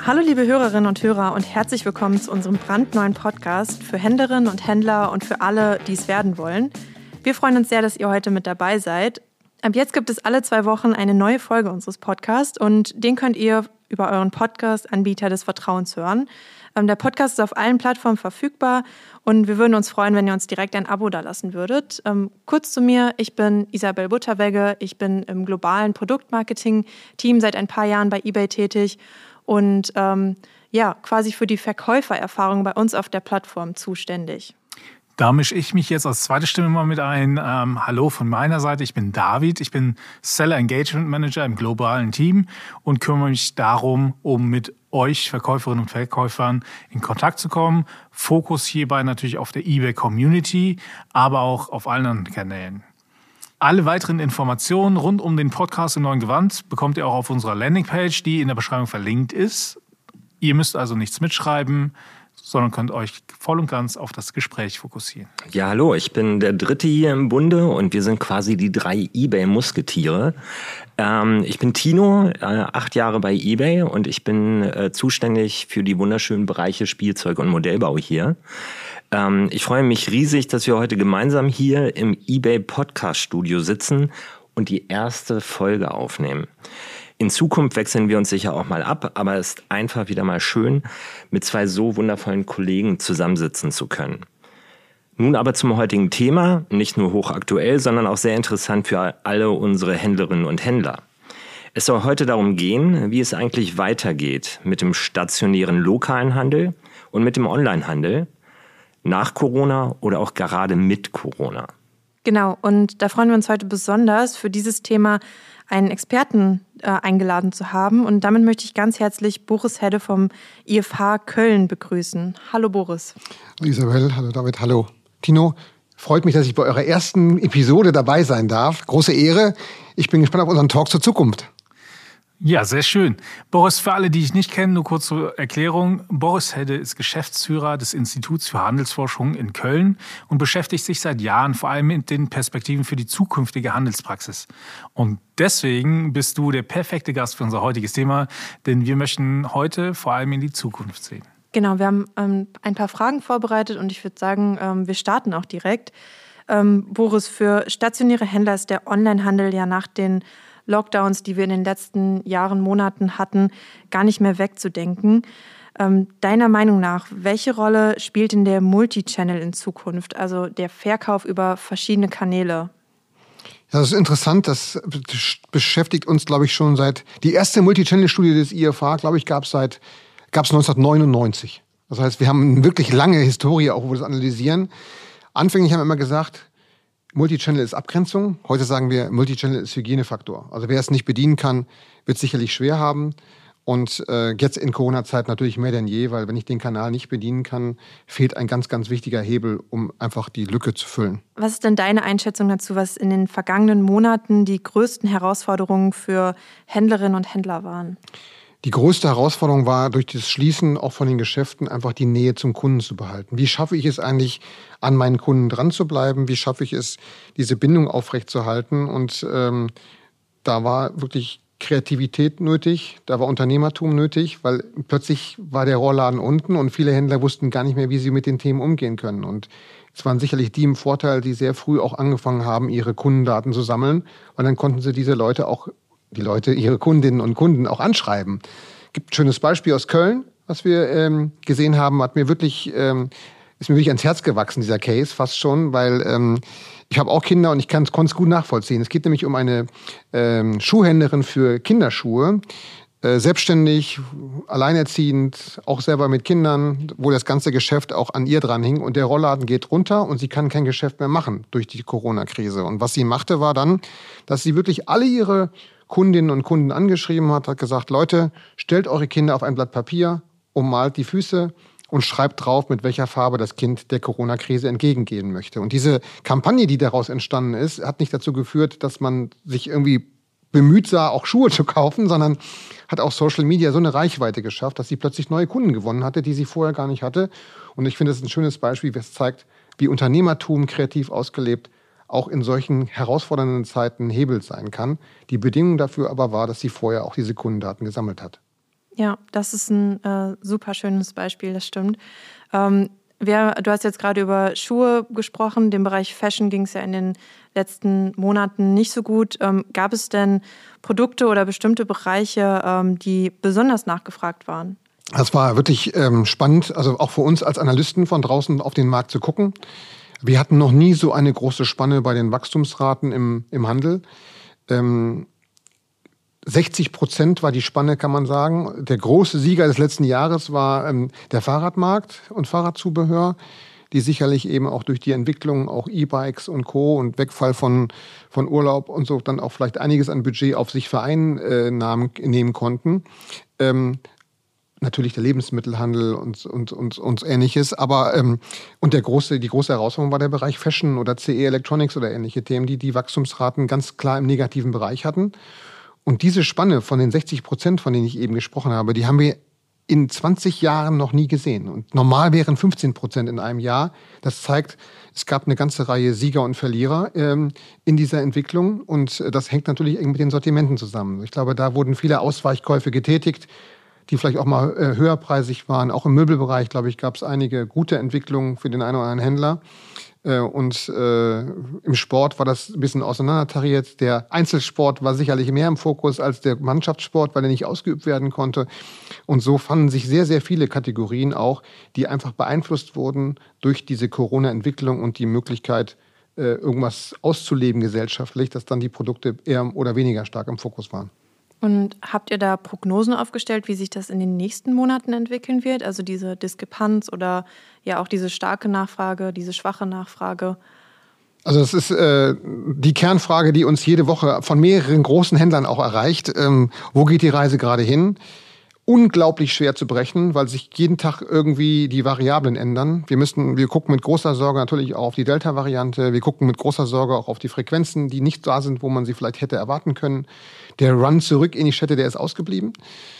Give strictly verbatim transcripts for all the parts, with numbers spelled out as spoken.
Hallo liebe Hörerinnen und Hörer und herzlich willkommen zu unserem brandneuen Podcast für Händlerinnen und Händler und für alle, die es werden wollen. Wir freuen uns sehr, dass ihr heute mit dabei seid. Ab jetzt gibt es alle zwei Wochen eine neue Folge unseres Podcasts und den könnt ihr über euren Podcast-Anbieter des Vertrauens hören. Der Podcast ist auf allen Plattformen verfügbar und wir würden uns freuen, wenn ihr uns direkt ein Abo dalassen würdet. Ähm, kurz zu mir, ich bin Isabel Butterwegge, ich bin im globalen Produktmarketing-Team seit ein paar Jahren bei eBay tätig und ähm, ja, quasi für die Verkäufererfahrung bei uns auf der Plattform zuständig. Da mische ich mich jetzt als zweite Stimme mal mit ein. Ähm, hallo von meiner Seite, ich bin David, ich bin Seller Engagement Manager im globalen Team und kümmere mich darum, um mit euch Verkäuferinnen und Verkäufern in Kontakt zu kommen. Fokus hierbei natürlich auf der eBay Community, aber auch auf allen anderen Kanälen. Alle weiteren Informationen rund um den Podcast im neuen Gewand bekommt ihr auch auf unserer Landingpage, die in der Beschreibung verlinkt ist. Ihr müsst also nichts mitschreiben, sondern könnt euch voll und ganz auf das Gespräch fokussieren. Ja, hallo, ich bin der Dritte hier im Bunde und wir sind quasi die drei eBay-Musketiere. Ähm, ich bin Tino, äh, acht Jahre bei eBay und ich bin äh, zuständig für die wunderschönen Bereiche Spielzeug und Modellbau hier. Ähm, ich freue mich riesig, dass wir heute gemeinsam hier im eBay-Podcast-Studio sitzen und die erste Folge aufnehmen. In Zukunft wechseln wir uns sicher auch mal ab, aber es ist einfach wieder mal schön, mit zwei so wundervollen Kollegen zusammensitzen zu können. Nun aber zum heutigen Thema, nicht nur hochaktuell, sondern auch sehr interessant für alle unsere Händlerinnen und Händler. Es soll heute darum gehen, wie es eigentlich weitergeht mit dem stationären lokalen Handel und mit dem Onlinehandel nach Corona oder auch gerade mit Corona. Genau, und da freuen wir uns heute besonders, für dieses Thema einen Experten äh, eingeladen zu haben. Und damit möchte ich ganz herzlich Boris Hedde vom I F H Köln begrüßen. Hallo Boris. Hallo Isabel, hallo David, hallo Tino. Freut mich, dass ich bei eurer ersten Episode dabei sein darf. Große Ehre. Ich bin gespannt auf unseren Talk zur Zukunft. Ja, sehr schön. Boris, für alle, die ich nicht kenne, nur kurz zur Erklärung. Boris Hedde ist Geschäftsführer des Instituts für Handelsforschung in Köln und beschäftigt sich seit Jahren vor allem mit den Perspektiven für die zukünftige Handelspraxis. Und deswegen bist du der perfekte Gast für unser heutiges Thema, denn wir möchten heute vor allem in die Zukunft sehen. Genau, wir haben ähm, ein paar Fragen vorbereitet und ich würde sagen, ähm, wir starten auch direkt. Ähm, Boris, für stationäre Händler ist der Onlinehandel ja nach den Lockdowns, die wir in den letzten Jahren, Monaten hatten, gar nicht mehr wegzudenken. Ähm, deiner Meinung nach, welche Rolle spielt denn der Multichannel in Zukunft, also der Verkauf über verschiedene Kanäle? Ja, das ist interessant. Das beschäftigt uns, glaube ich, schon seit... Die erste Multichannel-Studie des I F H, glaube ich, gab es seit gab es neunzehnhundertneunundneunzig. Das heißt, wir haben eine wirklich lange Historie, auch wo wir das analysieren. Anfänglich haben wir immer gesagt, Multichannel ist Abgrenzung. Heute sagen wir, Multichannel ist Hygienefaktor. Also wer es nicht bedienen kann, wird es sicherlich schwer haben. Und äh, jetzt in Corona-Zeit natürlich mehr denn je, weil wenn ich den Kanal nicht bedienen kann, fehlt ein ganz, ganz wichtiger Hebel, um einfach die Lücke zu füllen. Was ist denn deine Einschätzung dazu, was in den vergangenen Monaten die größten Herausforderungen für Händlerinnen und Händler waren? Die größte Herausforderung war, durch das Schließen auch von den Geschäften einfach die Nähe zum Kunden zu behalten. Wie schaffe ich es eigentlich, an meinen Kunden dran zu bleiben? Wie schaffe ich es, diese Bindung aufrechtzuerhalten? Und ähm, da war wirklich Kreativität nötig, da war Unternehmertum nötig, weil plötzlich war der Rollladen unten und viele Händler wussten gar nicht mehr, wie sie mit den Themen umgehen können. Und es waren sicherlich die im Vorteil, die sehr früh auch angefangen haben, ihre Kundendaten zu sammeln. Und dann konnten sie diese Leute auch die Leute, ihre Kundinnen und Kunden auch anschreiben. Es gibt ein schönes Beispiel aus Köln, was wir ähm, gesehen haben, hat mir wirklich, ähm, ist mir wirklich ans Herz gewachsen, dieser Case, fast schon, weil ähm, ich habe auch Kinder und ich konnte es gut nachvollziehen. Es geht nämlich um eine ähm, Schuhhändlerin für Kinderschuhe, äh, selbstständig, alleinerziehend, auch selber mit Kindern, wo das ganze Geschäft auch an ihr dran hing und der Rollladen geht runter und sie kann kein Geschäft mehr machen durch die Corona-Krise. Und was sie machte, war dann, dass sie wirklich alle ihre Kundinnen und Kunden angeschrieben hat, hat gesagt, Leute, stellt eure Kinder auf ein Blatt Papier, ummalt die Füße und schreibt drauf, mit welcher Farbe das Kind der Corona-Krise entgegengehen möchte. Und diese Kampagne, die daraus entstanden ist, hat nicht dazu geführt, dass man sich irgendwie bemüht sah, auch Schuhe zu kaufen, sondern hat auch Social Media so eine Reichweite geschafft, dass sie plötzlich neue Kunden gewonnen hatte, die sie vorher gar nicht hatte. Und ich finde, das ist ein schönes Beispiel, das zeigt, wie Unternehmertum kreativ ausgelebt auch in solchen herausfordernden Zeiten Hebel sein kann. Die Bedingung dafür aber war, dass sie vorher auch diese Kundendaten gesammelt hat. Ja, das ist ein äh, super schönes Beispiel, das stimmt. Ähm, wer, du hast jetzt gerade über Schuhe gesprochen, dem Bereich Fashion ging es ja in den letzten Monaten nicht so gut. Ähm, gab es denn Produkte oder bestimmte Bereiche, ähm, die besonders nachgefragt waren? Das war wirklich ähm, spannend, also auch für uns als Analysten von draußen auf den Markt zu gucken. Wir hatten noch nie so eine große Spanne bei den Wachstumsraten im, im Handel. Ähm, sechzig Prozent war die Spanne, kann man sagen. Der große Sieger des letzten Jahres war ähm, der Fahrradmarkt und Fahrradzubehör, die sicherlich eben auch durch die Entwicklung, auch E-Bikes und Co. und Wegfall von, von Urlaub und so dann auch vielleicht einiges an Budget auf sich vereinnahmen nehmen konnten. Ähm, Natürlich der Lebensmittelhandel und, und, und, und Ähnliches. Aber ähm, und der große, die große Herausforderung war der Bereich Fashion oder C E Electronics oder ähnliche Themen, die die Wachstumsraten ganz klar im negativen Bereich hatten. Und diese Spanne von den sechzig Prozent, von denen ich eben gesprochen habe, die haben wir in zwanzig Jahren noch nie gesehen. Und normal wären fünfzehn Prozent in einem Jahr. Das zeigt, es gab eine ganze Reihe Sieger und Verlierer ähm, in dieser Entwicklung. Und das hängt natürlich eng mit den Sortimenten zusammen. Ich glaube, da wurden viele Ausweichkäufe getätigt, die vielleicht auch mal äh, höherpreisig waren. Auch im Möbelbereich, glaube ich, gab es einige gute Entwicklungen für den einen oder anderen Händler. Äh, und äh, im Sport war das ein bisschen auseinandertariert. Der Einzelsport war sicherlich mehr im Fokus als der Mannschaftssport, weil er nicht ausgeübt werden konnte. Und so fanden sich sehr, sehr viele Kategorien auch, die einfach beeinflusst wurden durch diese Corona-Entwicklung und die Möglichkeit, äh, irgendwas auszuleben gesellschaftlich, dass dann die Produkte eher oder weniger stark im Fokus waren. Und habt ihr da Prognosen aufgestellt, wie sich das in den nächsten Monaten entwickeln wird? Also diese Diskrepanz oder ja auch diese starke Nachfrage, diese schwache Nachfrage? Also das ist äh, die Kernfrage, die uns jede Woche von mehreren großen Händlern auch erreicht. Ähm, wo geht die Reise gerade hin? Unglaublich schwer zu berechnen, weil sich jeden Tag irgendwie die Variablen ändern. Wir müssen, wir gucken mit großer Sorge natürlich auch auf die Delta-Variante. Wir gucken mit großer Sorge auch auf die Frequenzen, die nicht da sind, wo man sie vielleicht hätte erwarten können. Der Run zurück in die Städte, der ist ausgeblieben.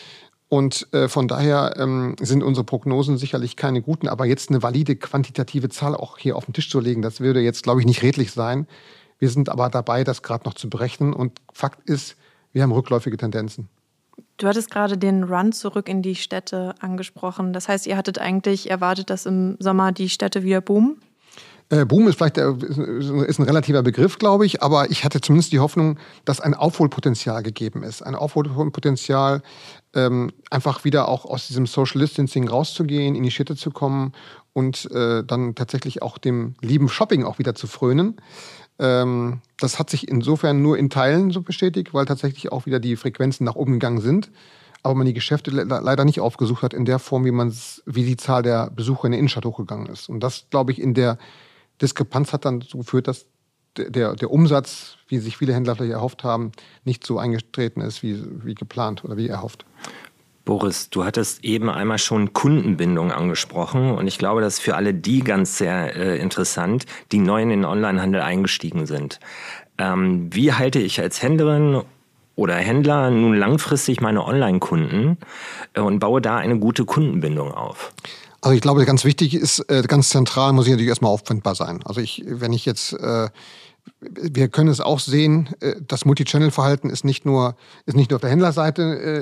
Und äh, von daher ähm, sind unsere Prognosen sicherlich keine guten, aber jetzt eine valide quantitative Zahl auch hier auf den Tisch zu legen, das würde jetzt, glaube ich, nicht redlich sein. Wir sind aber dabei, das gerade noch zu berechnen. Und Fakt ist, wir haben rückläufige Tendenzen. Du hattest gerade den Run zurück in die Städte angesprochen. Das heißt, ihr hattet eigentlich erwartet, dass im Sommer die Städte wieder boomen? Äh, Boom ist vielleicht der, ist ein relativer Begriff, glaube ich, aber ich hatte zumindest die Hoffnung, dass ein Aufholpotenzial gegeben ist. Ein Aufholpotenzial, ähm, einfach wieder auch aus diesem Social Distancing rauszugehen, in die Städte zu kommen und äh, dann tatsächlich auch dem lieben Shopping auch wieder zu frönen. Ähm, das hat sich insofern nur in Teilen so bestätigt, weil tatsächlich auch wieder die Frequenzen nach oben gegangen sind. Aber man die Geschäfte le- leider nicht aufgesucht hat in der Form, wie man wie die Zahl der Besucher in der Innenstadt hochgegangen ist. Und das, glaube ich, in der Diskrepanz hat dann dazu geführt, dass der, der Umsatz, wie sich viele Händler vielleicht erhofft haben, nicht so eingetreten ist, wie, wie geplant oder wie erhofft. Boris, du hattest eben einmal schon Kundenbindung angesprochen und ich glaube, das ist für alle die ganz sehr äh, interessant, die neu in den Onlinehandel eingestiegen sind. Ähm, wie halte ich als Händlerin oder Händler nun langfristig meine Online-Kunden äh, und baue da eine gute Kundenbindung auf? Also ich glaube, ganz wichtig ist, äh, ganz zentral muss ich natürlich erstmal auffindbar sein. Also ich, wenn ich jetzt, äh, wir können es auch sehen, äh, das Multi-Channel-Verhalten ist nicht nur, ist nicht nur auf der Händlerseite,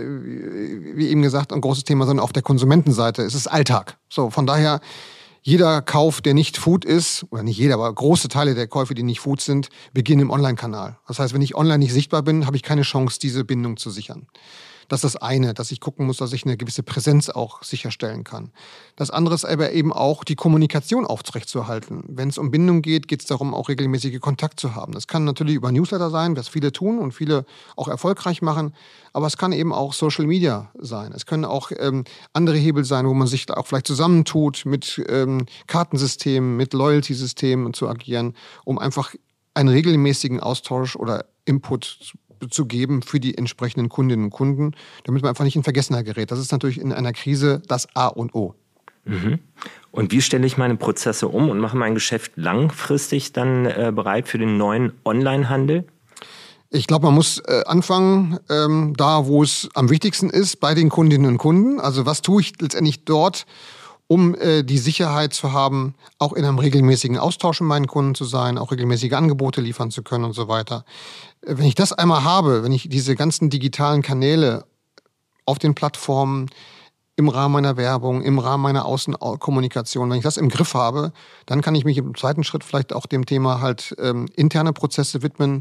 äh, wie eben gesagt, ein großes Thema, sondern auf der Konsumentenseite. Es ist Alltag. So, von daher, jeder Kauf, der nicht Food ist, oder nicht jeder, aber große Teile der Käufe, die nicht Food sind, beginnen im Online-Kanal. Das heißt, wenn ich online nicht sichtbar bin, habe ich keine Chance, diese Bindung zu sichern. Das ist das eine, dass ich gucken muss, dass ich eine gewisse Präsenz auch sicherstellen kann. Das andere ist aber eben auch, die Kommunikation aufrechtzuerhalten. Wenn es um Bindung geht, geht es darum, auch regelmäßige Kontakt zu haben. Das kann natürlich über Newsletter sein, was viele tun und viele auch erfolgreich machen. Aber es kann eben auch Social Media sein. Es können auch ähm, andere Hebel sein, wo man sich auch vielleicht zusammentut mit ähm, Kartensystemen, mit Loyalty-Systemen zu agieren, um einfach einen regelmäßigen Austausch oder Input zu zu geben für die entsprechenden Kundinnen und Kunden, damit man einfach nicht in Vergessenheit gerät. Das ist natürlich in einer Krise das A und O. Mhm. Und wie stelle ich meine Prozesse um und mache mein Geschäft langfristig dann äh, bereit für den neuen Onlinehandel? Ich glaube, man muss äh, anfangen, ähm, da wo es am wichtigsten ist, bei den Kundinnen und Kunden. Also was tue ich letztendlich dort, um äh, die Sicherheit zu haben, auch in einem regelmäßigen Austausch mit meinen Kunden zu sein, auch regelmäßige Angebote liefern zu können und so weiter. Wenn ich das einmal habe, wenn ich diese ganzen digitalen Kanäle auf den Plattformen, im Rahmen meiner Werbung, im Rahmen meiner Außenkommunikation. Wenn ich das im Griff habe, dann kann ich mich im zweiten Schritt vielleicht auch dem Thema halt ähm, interne Prozesse widmen,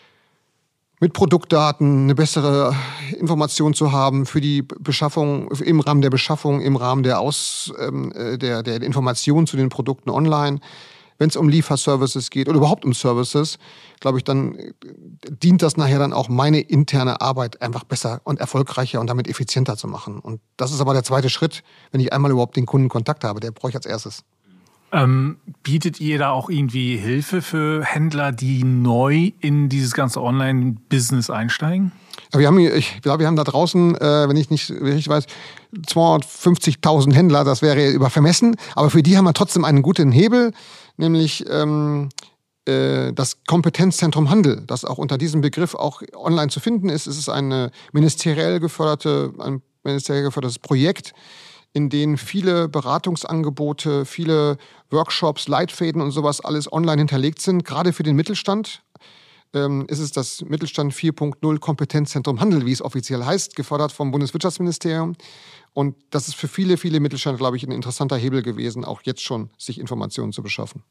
mit Produktdaten eine bessere Information zu haben für die Beschaffung, im Rahmen der Beschaffung, im Rahmen der, Aus, ähm, der, der Information zu den Produkten online. Wenn es um Lieferservices geht oder überhaupt um Services, glaube ich, dann dient das nachher dann auch meine interne Arbeit einfach besser und erfolgreicher und damit effizienter zu machen. Und das ist aber der zweite Schritt, wenn ich einmal überhaupt den Kundenkontakt habe, der brauche ich als erstes. Ähm, bietet ihr da auch irgendwie Hilfe für Händler, die neu in dieses ganze Online-Business einsteigen? Wir haben, ich glaube, wir haben da draußen, äh, wenn ich nicht richtig weiß, zweihundertfünfzigtausend Händler, das wäre über vermessen. Aber für die haben wir trotzdem einen guten Hebel, nämlich ähm, äh, das Kompetenzzentrum Handel, das auch unter diesem Begriff auch online zu finden ist. Es ist eine ministeriell geförderte, ein ministeriell gefördertes Projekt, in denen viele Beratungsangebote, viele Workshops, Leitfäden und sowas alles online hinterlegt sind, gerade für den Mittelstand. Ähm, ist es das Mittelstand vier Punkt null Kompetenzzentrum Handel, wie es offiziell heißt, gefördert vom Bundeswirtschaftsministerium. Und das ist für viele, viele Mittelständler, glaube ich, ein interessanter Hebel gewesen, auch jetzt schon sich Informationen zu beschaffen.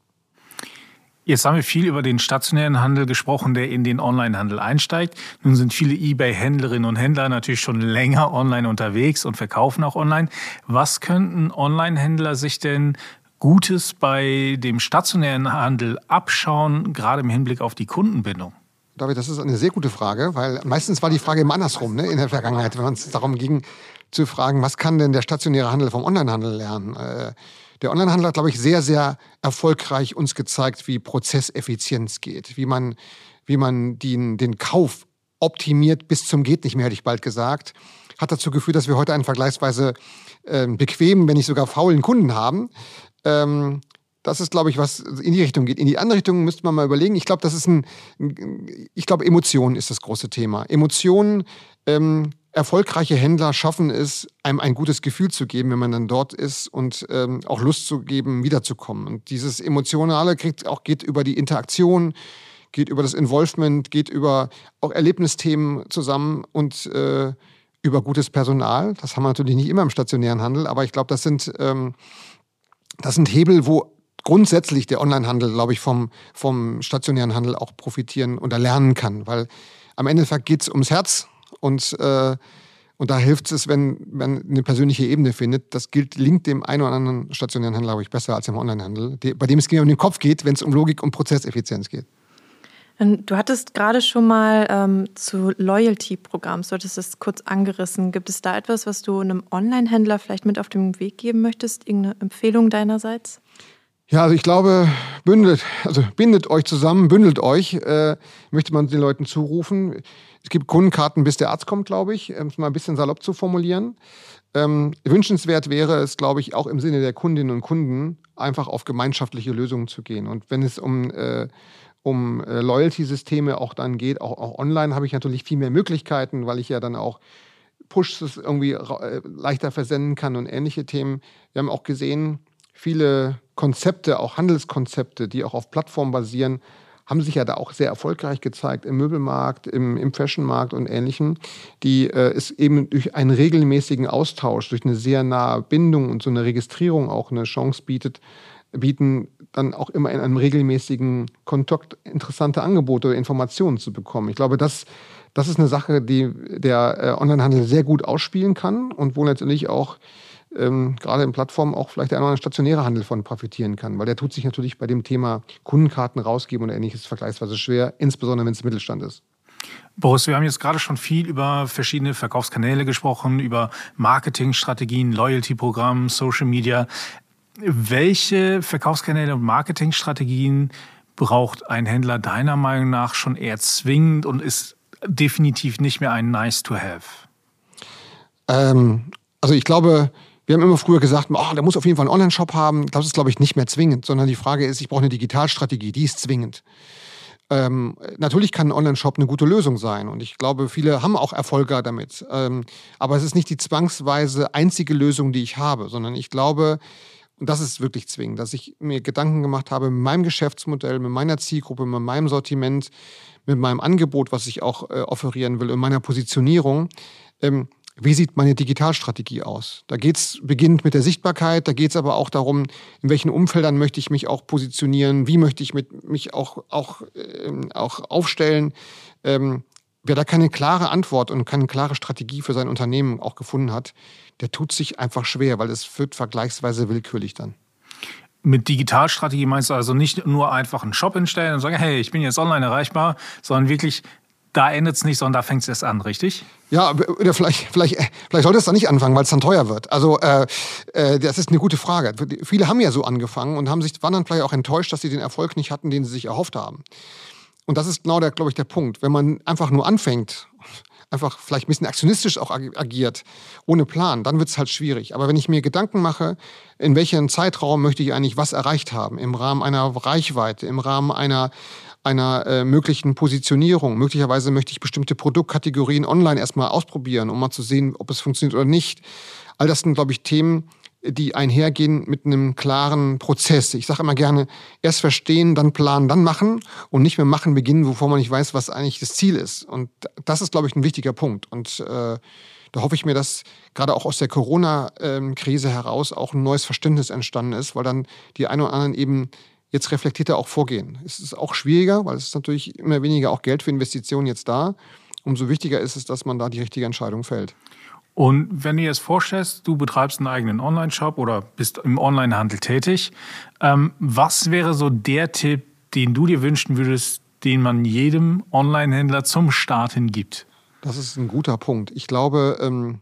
Jetzt haben wir viel über den stationären Handel gesprochen, der in den Onlinehandel einsteigt. Nun sind viele eBay-Händlerinnen und Händler natürlich schon länger online unterwegs und verkaufen auch online. Was könnten Online-Händler sich denn Gutes bei dem stationären Handel abschauen, gerade im Hinblick auf die Kundenbindung? David, das ist eine sehr gute Frage, weil meistens war die Frage immer andersrum, ne, in der Vergangenheit, wenn es darum ging, zu fragen, was kann denn der stationäre Handel vom Onlinehandel lernen? Äh, Der Onlinehandel hat, glaube ich, sehr, sehr erfolgreich uns gezeigt, wie Prozesseffizienz geht, wie man, wie man den, den Kauf optimiert bis zum geht nicht mehr, hätte ich bald gesagt. Hat dazu geführt, dass wir heute einen vergleichsweise äh, bequemen, wenn nicht sogar faulen Kunden haben. Ähm, das ist, glaube ich, was in die Richtung geht. In die andere Richtung müsste man mal überlegen. Ich glaube, das ist ein, ich glaube, Emotionen ist das große Thema. Emotionen, ähm, erfolgreiche Händler schaffen es, einem ein gutes Gefühl zu geben, wenn man dann dort ist und ähm, auch Lust zu geben, wiederzukommen. Und dieses Emotionale kriegt auch, geht über die Interaktion, geht über das Involvement, geht über auch Erlebnisthemen zusammen und äh, über gutes Personal. Das haben wir natürlich nicht immer im stationären Handel, aber ich glaube, das sind, ähm, das sind Hebel, wo grundsätzlich der Onlinehandel, glaube ich, vom, vom stationären Handel auch profitieren und lernen kann. Weil am Endeffekt geht es ums Herz. Und, äh, und da hilft es, wenn man eine persönliche Ebene findet. Das gilt, linkt dem einen oder anderen stationären Handel, glaube ich, besser als im Onlinehandel, bei dem es um den Kopf geht, wenn es um Logik und Prozesseffizienz geht. Du hattest gerade schon mal ähm, zu Loyalty-Programms, du hattest das kurz angerissen. Gibt es da etwas, was du einem Online-Händler vielleicht mit auf den Weg geben möchtest? Irgendeine Empfehlung deinerseits? Ja, also ich glaube, bündelt, also bindet euch zusammen, bündelt euch, äh, möchte man den Leuten zurufen. Es gibt Kundenkarten, bis der Arzt kommt, glaube ich, um es mal ein bisschen salopp zu formulieren. Ähm, wünschenswert wäre es, glaube ich, auch im Sinne der Kundinnen und Kunden, einfach auf gemeinschaftliche Lösungen zu gehen. Und wenn es um, äh, um äh, Loyalty-Systeme auch dann geht, auch, auch online, habe ich natürlich viel mehr Möglichkeiten, weil ich ja dann auch Pushs irgendwie äh, leichter versenden kann und ähnliche Themen. Wir haben auch gesehen, viele Konzepte, auch Handelskonzepte, die auch auf Plattformen basieren, haben sich ja da auch sehr erfolgreich gezeigt im Möbelmarkt, im, im Fashionmarkt und Ähnlichem, die äh, es eben durch einen regelmäßigen Austausch, durch eine sehr nahe Bindung und so eine Registrierung auch eine Chance bietet, bieten, dann auch immer in einem regelmäßigen Kontakt interessante Angebote oder Informationen zu bekommen. Ich glaube, das, das ist eine Sache, die der äh, Onlinehandel sehr gut ausspielen kann und wo letztendlich auch Ähm, gerade in Plattformen auch vielleicht der eine oder andere stationäre Handel von profitieren kann. Weil der tut sich natürlich bei dem Thema Kundenkarten rausgeben und ähnliches vergleichsweise schwer, insbesondere wenn es Mittelstand ist. Boris, wir haben jetzt gerade schon viel über verschiedene Verkaufskanäle gesprochen, über Marketingstrategien, Loyalty-Programme, Social Media. Welche Verkaufskanäle und Marketingstrategien braucht ein Händler deiner Meinung nach schon eher zwingend und ist definitiv nicht mehr ein Nice-to-have? Ähm, also ich glaube, wir haben immer früher gesagt, oh, der muss auf jeden Fall einen Online-Shop haben. Das ist, glaube ich, nicht mehr zwingend, sondern die Frage ist, ich brauche eine Digitalstrategie, die ist zwingend. Ähm, natürlich kann ein Online-Shop eine gute Lösung sein und ich glaube, viele haben auch Erfolge damit. Ähm, aber es ist nicht die zwangsweise einzige Lösung, die ich habe, sondern ich glaube, und das ist wirklich zwingend, dass ich mir Gedanken gemacht habe mit meinem Geschäftsmodell, mit meiner Zielgruppe, mit meinem Sortiment, mit meinem Angebot, was ich auch äh, offerieren will und meiner Positionierung. Ähm, wie sieht meine Digitalstrategie aus? Da geht's beginnt mit der Sichtbarkeit, da geht es aber auch darum, in welchen Umfeldern möchte ich mich auch positionieren, wie möchte ich mit, mich auch, auch, ähm, auch aufstellen. Ähm, wer da keine klare Antwort und keine klare Strategie für sein Unternehmen auch gefunden hat, der tut sich einfach schwer, weil es wird vergleichsweise willkürlich dann. Mit Digitalstrategie meinst du also nicht nur einfach einen Shop hinstellen und sagen, hey, ich bin jetzt online erreichbar, sondern wirklich, da endet es nicht, sondern da fängt es erst an, richtig? Ja, oder vielleicht, vielleicht, vielleicht sollte es da nicht anfangen, weil es dann teuer wird. Also äh, äh, das ist eine gute Frage. Viele haben ja so angefangen und haben sich, waren dann vielleicht auch enttäuscht, dass sie den Erfolg nicht hatten, den sie sich erhofft haben. Und das ist genau, der, glaube ich, der Punkt. Wenn man einfach nur anfängt, einfach vielleicht ein bisschen aktionistisch auch agiert, ohne Plan, dann wird es halt schwierig. Aber wenn ich mir Gedanken mache, in welchem Zeitraum möchte ich eigentlich was erreicht haben, im Rahmen einer Reichweite, im Rahmen einer, einer äh, möglichen Positionierung, möglicherweise möchte ich bestimmte Produktkategorien online erstmal ausprobieren, um mal zu sehen, ob es funktioniert oder nicht. All das sind, glaube ich, Themen, die einhergehen mit einem klaren Prozess. Ich sage immer gerne, erst verstehen, dann planen, dann machen und nicht mehr machen beginnen, bevor man nicht weiß, was eigentlich das Ziel ist. Und das ist, glaube ich, ein wichtiger Punkt. Und äh, da hoffe ich mir, dass gerade auch aus der Corona-Krise heraus auch ein neues Verständnis entstanden ist, weil dann die einen oder anderen eben jetzt reflektierter auch vorgehen. Es ist auch schwieriger, weil es ist natürlich immer weniger auch Geld für Investitionen jetzt da. Umso wichtiger ist es, dass man da die richtige Entscheidung fällt. Und wenn du dir jetzt vorstellst, du betreibst einen eigenen Online-Shop oder bist im Onlinehandel tätig, ähm, was wäre so der Tipp, den du dir wünschen würdest, den man jedem Online-Händler zum Start hin gibt? Das ist ein guter Punkt. Ich glaube, ähm,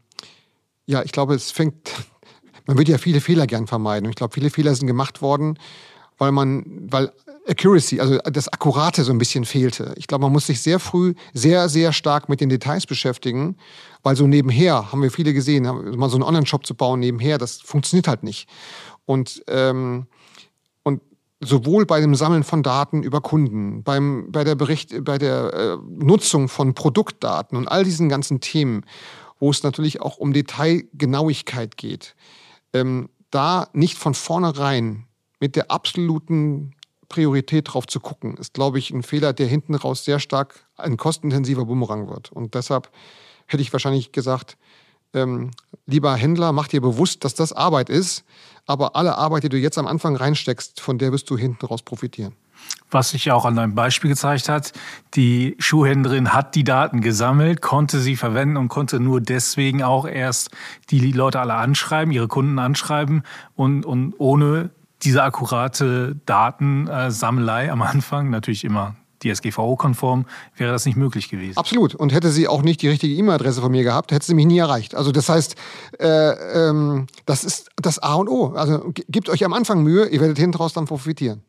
ja, ich glaube, es fängt, man wird ja viele Fehler gern vermeiden. Und ich glaube, viele Fehler sind gemacht worden, weil man, weil Accuracy, also das Akkurate so ein bisschen fehlte. Ich glaube, man muss sich sehr früh sehr, sehr stark mit den Details beschäftigen, weil so nebenher, haben wir viele gesehen, mal so einen Online-Shop zu bauen nebenher, das funktioniert halt nicht. Und, ähm, und sowohl bei dem Sammeln von Daten über Kunden, beim, bei der, Bericht, bei der äh, Nutzung von Produktdaten und all diesen ganzen Themen, wo es natürlich auch um Detailgenauigkeit geht, ähm, da nicht von vornherein mit der absoluten Priorität drauf zu gucken, ist, glaube ich, ein Fehler, der hinten raus sehr stark ein kostenintensiver Bumerang wird. Und deshalb hätte ich wahrscheinlich gesagt, ähm, lieber Händler, mach dir bewusst, dass das Arbeit ist, aber alle Arbeit, die du jetzt am Anfang reinsteckst, von der wirst du hinten raus profitieren. Was sich ja auch an deinem Beispiel gezeigt hat, die Schuhhändlerin hat die Daten gesammelt, konnte sie verwenden und konnte nur deswegen auch erst die Leute alle anschreiben, ihre Kunden anschreiben und, und ohne diese akkurate Datensammelei am Anfang, natürlich immer D S G V O-konform, wäre das nicht möglich gewesen. Absolut. Und hätte sie auch nicht die richtige E-Mail-Adresse von mir gehabt, hätte sie mich nie erreicht. Also das heißt, äh, ähm, das ist das A und O. Also gebt euch am Anfang Mühe, ihr werdet hinten raus dann profitieren.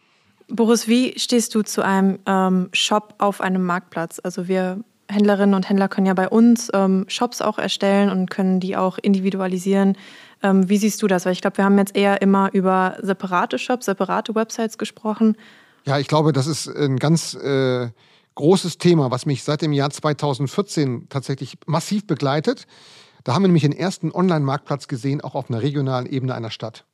Boris, wie stehst du zu einem ähm, Shop auf einem Marktplatz? Also wir Händlerinnen und Händler können ja bei uns ähm, Shops auch erstellen und können die auch individualisieren. Ähm, wie siehst du das? Weil ich glaube, wir haben jetzt eher immer über separate Shops, separate Websites gesprochen. Ja, ich glaube, das ist ein ganz äh, großes Thema, was mich seit dem Jahr zweitausendvierzehn tatsächlich massiv begleitet. Da haben wir nämlich den ersten Online-Marktplatz gesehen, auch auf einer regionalen Ebene einer Stadt.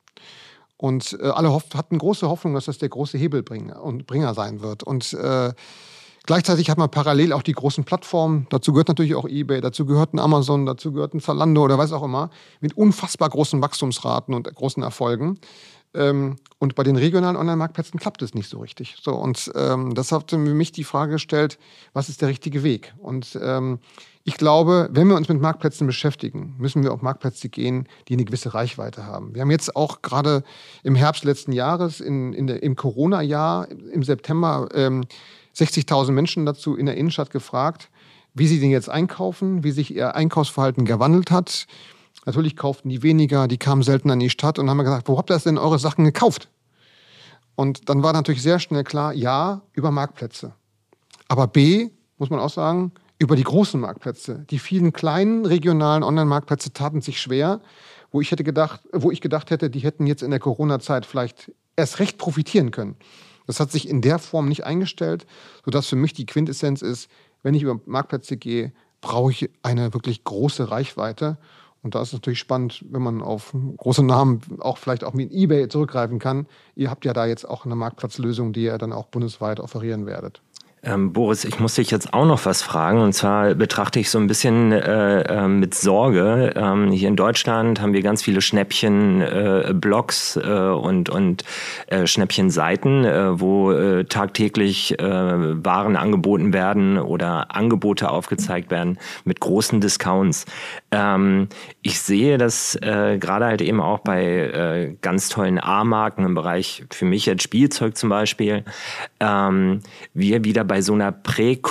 Und äh, alle hoff- hatten große Hoffnung, dass das der große Hebelbringer und Bringer sein wird. Und äh, gleichzeitig hat man parallel auch die großen Plattformen, dazu gehört natürlich auch eBay, dazu gehört ein Amazon, dazu gehört ein Zalando oder was auch immer, mit unfassbar großen Wachstumsraten und großen Erfolgen. Ähm, und bei den regionalen Online-Marktplätzen klappt es nicht so richtig. So, und ähm, das hat für mich die Frage gestellt, was ist der richtige Weg? Und ähm, ich glaube, wenn wir uns mit Marktplätzen beschäftigen, müssen wir auf Marktplätze gehen, die eine gewisse Reichweite haben. Wir haben jetzt auch gerade im Herbst letzten Jahres, in, in der, im Corona-Jahr, im September, ähm, sechzigtausend Menschen dazu in der Innenstadt gefragt, wie sie denn jetzt einkaufen, wie sich ihr Einkaufsverhalten gewandelt hat. Natürlich kauften die weniger, die kamen seltener in die Stadt und haben gesagt, wo habt ihr denn eure Sachen gekauft? Und dann war natürlich sehr schnell klar, ja, über Marktplätze. Aber B, muss man auch sagen, über die großen Marktplätze. Die vielen kleinen regionalen Online-Marktplätze taten sich schwer, wo ich hätte gedacht, wo ich gedacht hätte, die hätten jetzt in der Corona-Zeit vielleicht erst recht profitieren können. Das hat sich in der Form nicht eingestellt, sodass für mich die Quintessenz ist, wenn ich über Marktplätze gehe, brauche ich eine wirklich große Reichweite. Und da ist es natürlich spannend, wenn man auf große Namen, auch vielleicht auch mit eBay zurückgreifen kann. Ihr habt ja da jetzt auch eine Marktplatzlösung, die ihr dann auch bundesweit offerieren werdet. Ähm, Boris, ich muss dich jetzt auch noch was fragen. Und zwar betrachte ich so ein bisschen äh, äh, mit Sorge. Ähm, hier in Deutschland haben wir ganz viele Schnäppchen-Blogs äh, äh, und, und äh, Schnäppchen-Seiten, äh, wo äh, tagtäglich äh, Waren angeboten werden oder Angebote aufgezeigt werden mit großen Discounts. Ähm, ich sehe das äh, gerade halt eben auch bei äh, ganz tollen A-Marken im Bereich, für mich jetzt Spielzeug zum Beispiel, ähm, wir wieder bei so einer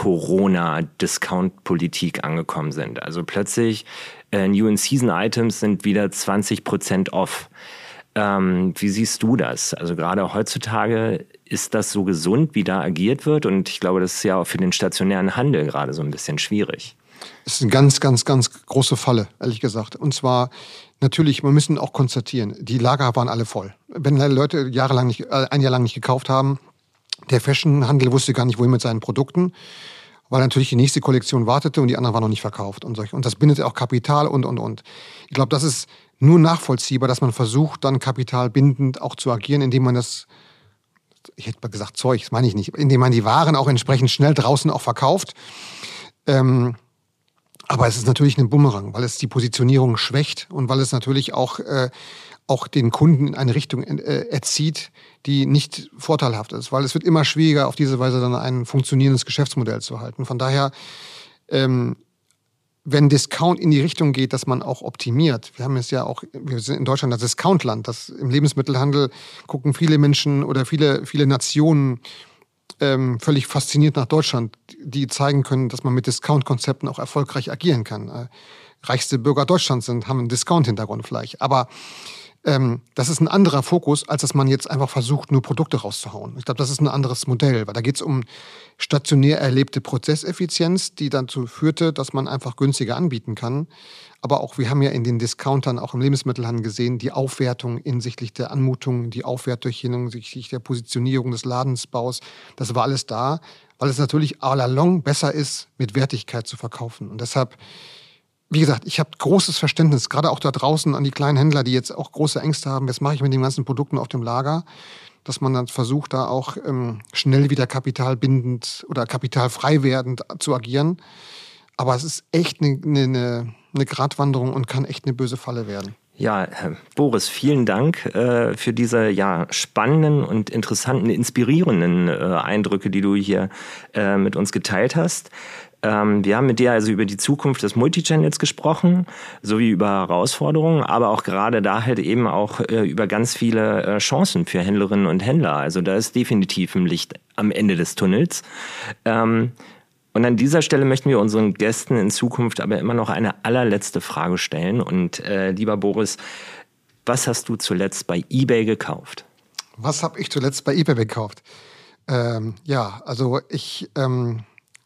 Prä-Corona-Discount-Politik angekommen sind. Also plötzlich äh, New-in-Season-Items sind wieder zwanzig Prozent off. Ähm, wie siehst du das? Also gerade heutzutage, ist das so gesund, wie da agiert wird? Und ich glaube, das ist ja auch für den stationären Handel gerade so ein bisschen schwierig. Es ist eine ganz, ganz, ganz große Falle, ehrlich gesagt. Und zwar natürlich, wir müssen auch konstatieren, die Lager waren alle voll. Wenn Leute jahrelang nicht, äh, ein Jahr lang nicht gekauft haben, der Fashionhandel wusste gar nicht, wohin mit seinen Produkten, weil natürlich die nächste Kollektion wartete und die anderen waren noch nicht verkauft. Und, solch. und das bindet auch Kapital und, und, und. Ich glaube, das ist nur nachvollziehbar, dass man versucht, dann kapitalbindend auch zu agieren, indem man das, ich hätte mal gesagt Zeug, das meine ich nicht, indem man die Waren auch entsprechend schnell draußen auch verkauft. Ähm, aber es ist natürlich ein Bumerang, weil es die Positionierung schwächt und weil es natürlich auch... Äh, auch den Kunden in eine Richtung äh, erzieht, die nicht vorteilhaft ist. Weil es wird immer schwieriger, auf diese Weise dann ein funktionierendes Geschäftsmodell zu halten. Von daher, ähm, wenn Discount in die Richtung geht, dass man auch optimiert, wir haben es ja auch, wir sind in Deutschland das Discountland, das im Lebensmittelhandel gucken viele Menschen oder viele, viele Nationen ähm, völlig fasziniert nach Deutschland, die zeigen können, dass man mit Discount-Konzepten auch erfolgreich agieren kann. Äh, reichste Bürger Deutschlands sind, haben einen Discount-Hintergrund vielleicht, aber Ähm, das ist ein anderer Fokus, als dass man jetzt einfach versucht, nur Produkte rauszuhauen. Ich glaube, das ist ein anderes Modell, weil da geht es um stationär erlebte Prozesseffizienz, die dazu führte, dass man einfach günstiger anbieten kann. Aber auch, wir haben ja in den Discountern, auch im Lebensmittelhandel gesehen, die Aufwertung hinsichtlich der Anmutung, die Aufwertung hinsichtlich der Positionierung des Ladensbaus, das war alles da, weil es natürlich à la longue besser ist, mit Wertigkeit zu verkaufen. Und deshalb, wie gesagt, ich habe großes Verständnis, gerade auch da draußen an die kleinen Händler, die jetzt auch große Ängste haben, was mache ich mit den ganzen Produkten auf dem Lager, dass man dann versucht, da auch ähm, schnell wieder kapitalbindend oder kapitalfrei werdend zu agieren. Aber es ist echt eine, eine, eine Gratwanderung und kann echt eine böse Falle werden. Ja, Boris, vielen Dank äh, für diese ja, spannenden und interessanten, inspirierenden äh, Eindrücke, die du hier äh, mit uns geteilt hast. Ähm, wir haben mit dir also über die Zukunft des Multichannels gesprochen, sowie über Herausforderungen, aber auch gerade da halt eben auch äh, über ganz viele äh, Chancen für Händlerinnen und Händler. Also da ist definitiv ein Licht am Ende des Tunnels. Ähm, und an dieser Stelle möchten wir unseren Gästen in Zukunft aber immer noch eine allerletzte Frage stellen. Und äh, lieber Boris, was hast du zuletzt bei eBay gekauft? Was habe ich zuletzt bei eBay gekauft? Ähm, ja, also ich... Ähm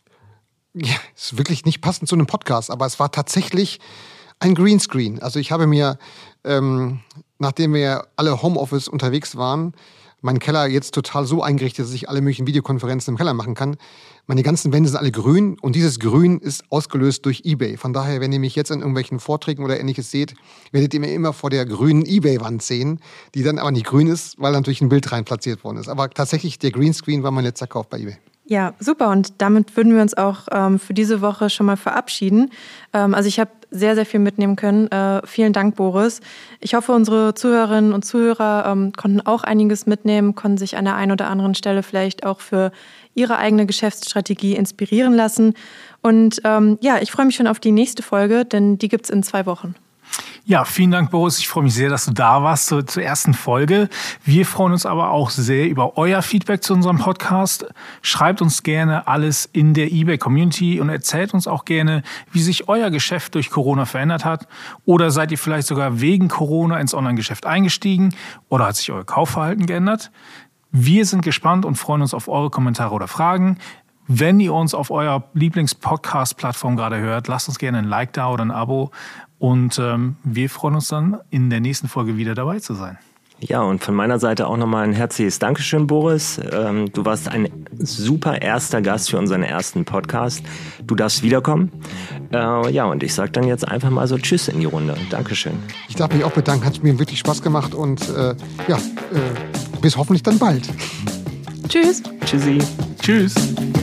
Ja, ist wirklich nicht passend zu einem Podcast, aber es war tatsächlich ein Greenscreen. Also ich habe mir, ähm, nachdem wir alle Homeoffice unterwegs waren, meinen Keller jetzt total so eingerichtet, dass ich alle möglichen Videokonferenzen im Keller machen kann. Meine ganzen Wände sind alle grün und dieses Grün ist ausgelöst durch eBay. Von daher, wenn ihr mich jetzt in irgendwelchen Vorträgen oder Ähnliches seht, werdet ihr mir immer vor der grünen eBay-Wand sehen, die dann aber nicht grün ist, weil natürlich ein Bild rein platziert worden ist. Aber tatsächlich, der Greenscreen war mein letzter Kauf bei eBay. Ja, super. Und damit würden wir uns auch ähm, für diese Woche schon mal verabschieden. Ähm, also ich habe sehr, sehr viel mitnehmen können. Äh, vielen Dank, Boris. Ich hoffe, unsere Zuhörerinnen und Zuhörer ähm, konnten auch einiges mitnehmen, konnten sich an der einen oder anderen Stelle vielleicht auch für ihre eigene Geschäftsstrategie inspirieren lassen. Und ähm, ja, ich freue mich schon auf die nächste Folge, denn die gibt's in zwei Wochen. Ja, vielen Dank, Boris. Ich freue mich sehr, dass du da warst zur, zur ersten Folge. Wir freuen uns aber auch sehr über euer Feedback zu unserem Podcast. Schreibt uns gerne alles in der eBay-Community und erzählt uns auch gerne, wie sich euer Geschäft durch Corona verändert hat. Oder seid ihr vielleicht sogar wegen Corona ins Online-Geschäft eingestiegen oder hat sich euer Kaufverhalten geändert? Wir sind gespannt und freuen uns auf eure Kommentare oder Fragen. Wenn ihr uns auf eurer Lieblings-Podcast-Plattform gerade hört, lasst uns gerne ein Like da oder ein Abo. Und ähm, wir freuen uns dann, in der nächsten Folge wieder dabei zu sein. Ja, und von meiner Seite auch nochmal ein herzliches Dankeschön, Boris. Ähm, du warst ein super erster Gast für unseren ersten Podcast. Du darfst wiederkommen. Äh, ja, und ich sage dann jetzt einfach mal so Tschüss in die Runde. Dankeschön. Ich darf mich auch bedanken, hat mir wirklich Spaß gemacht und äh, ja, äh, bis hoffentlich dann bald. Tschüss. Tschüssi. Tschüss.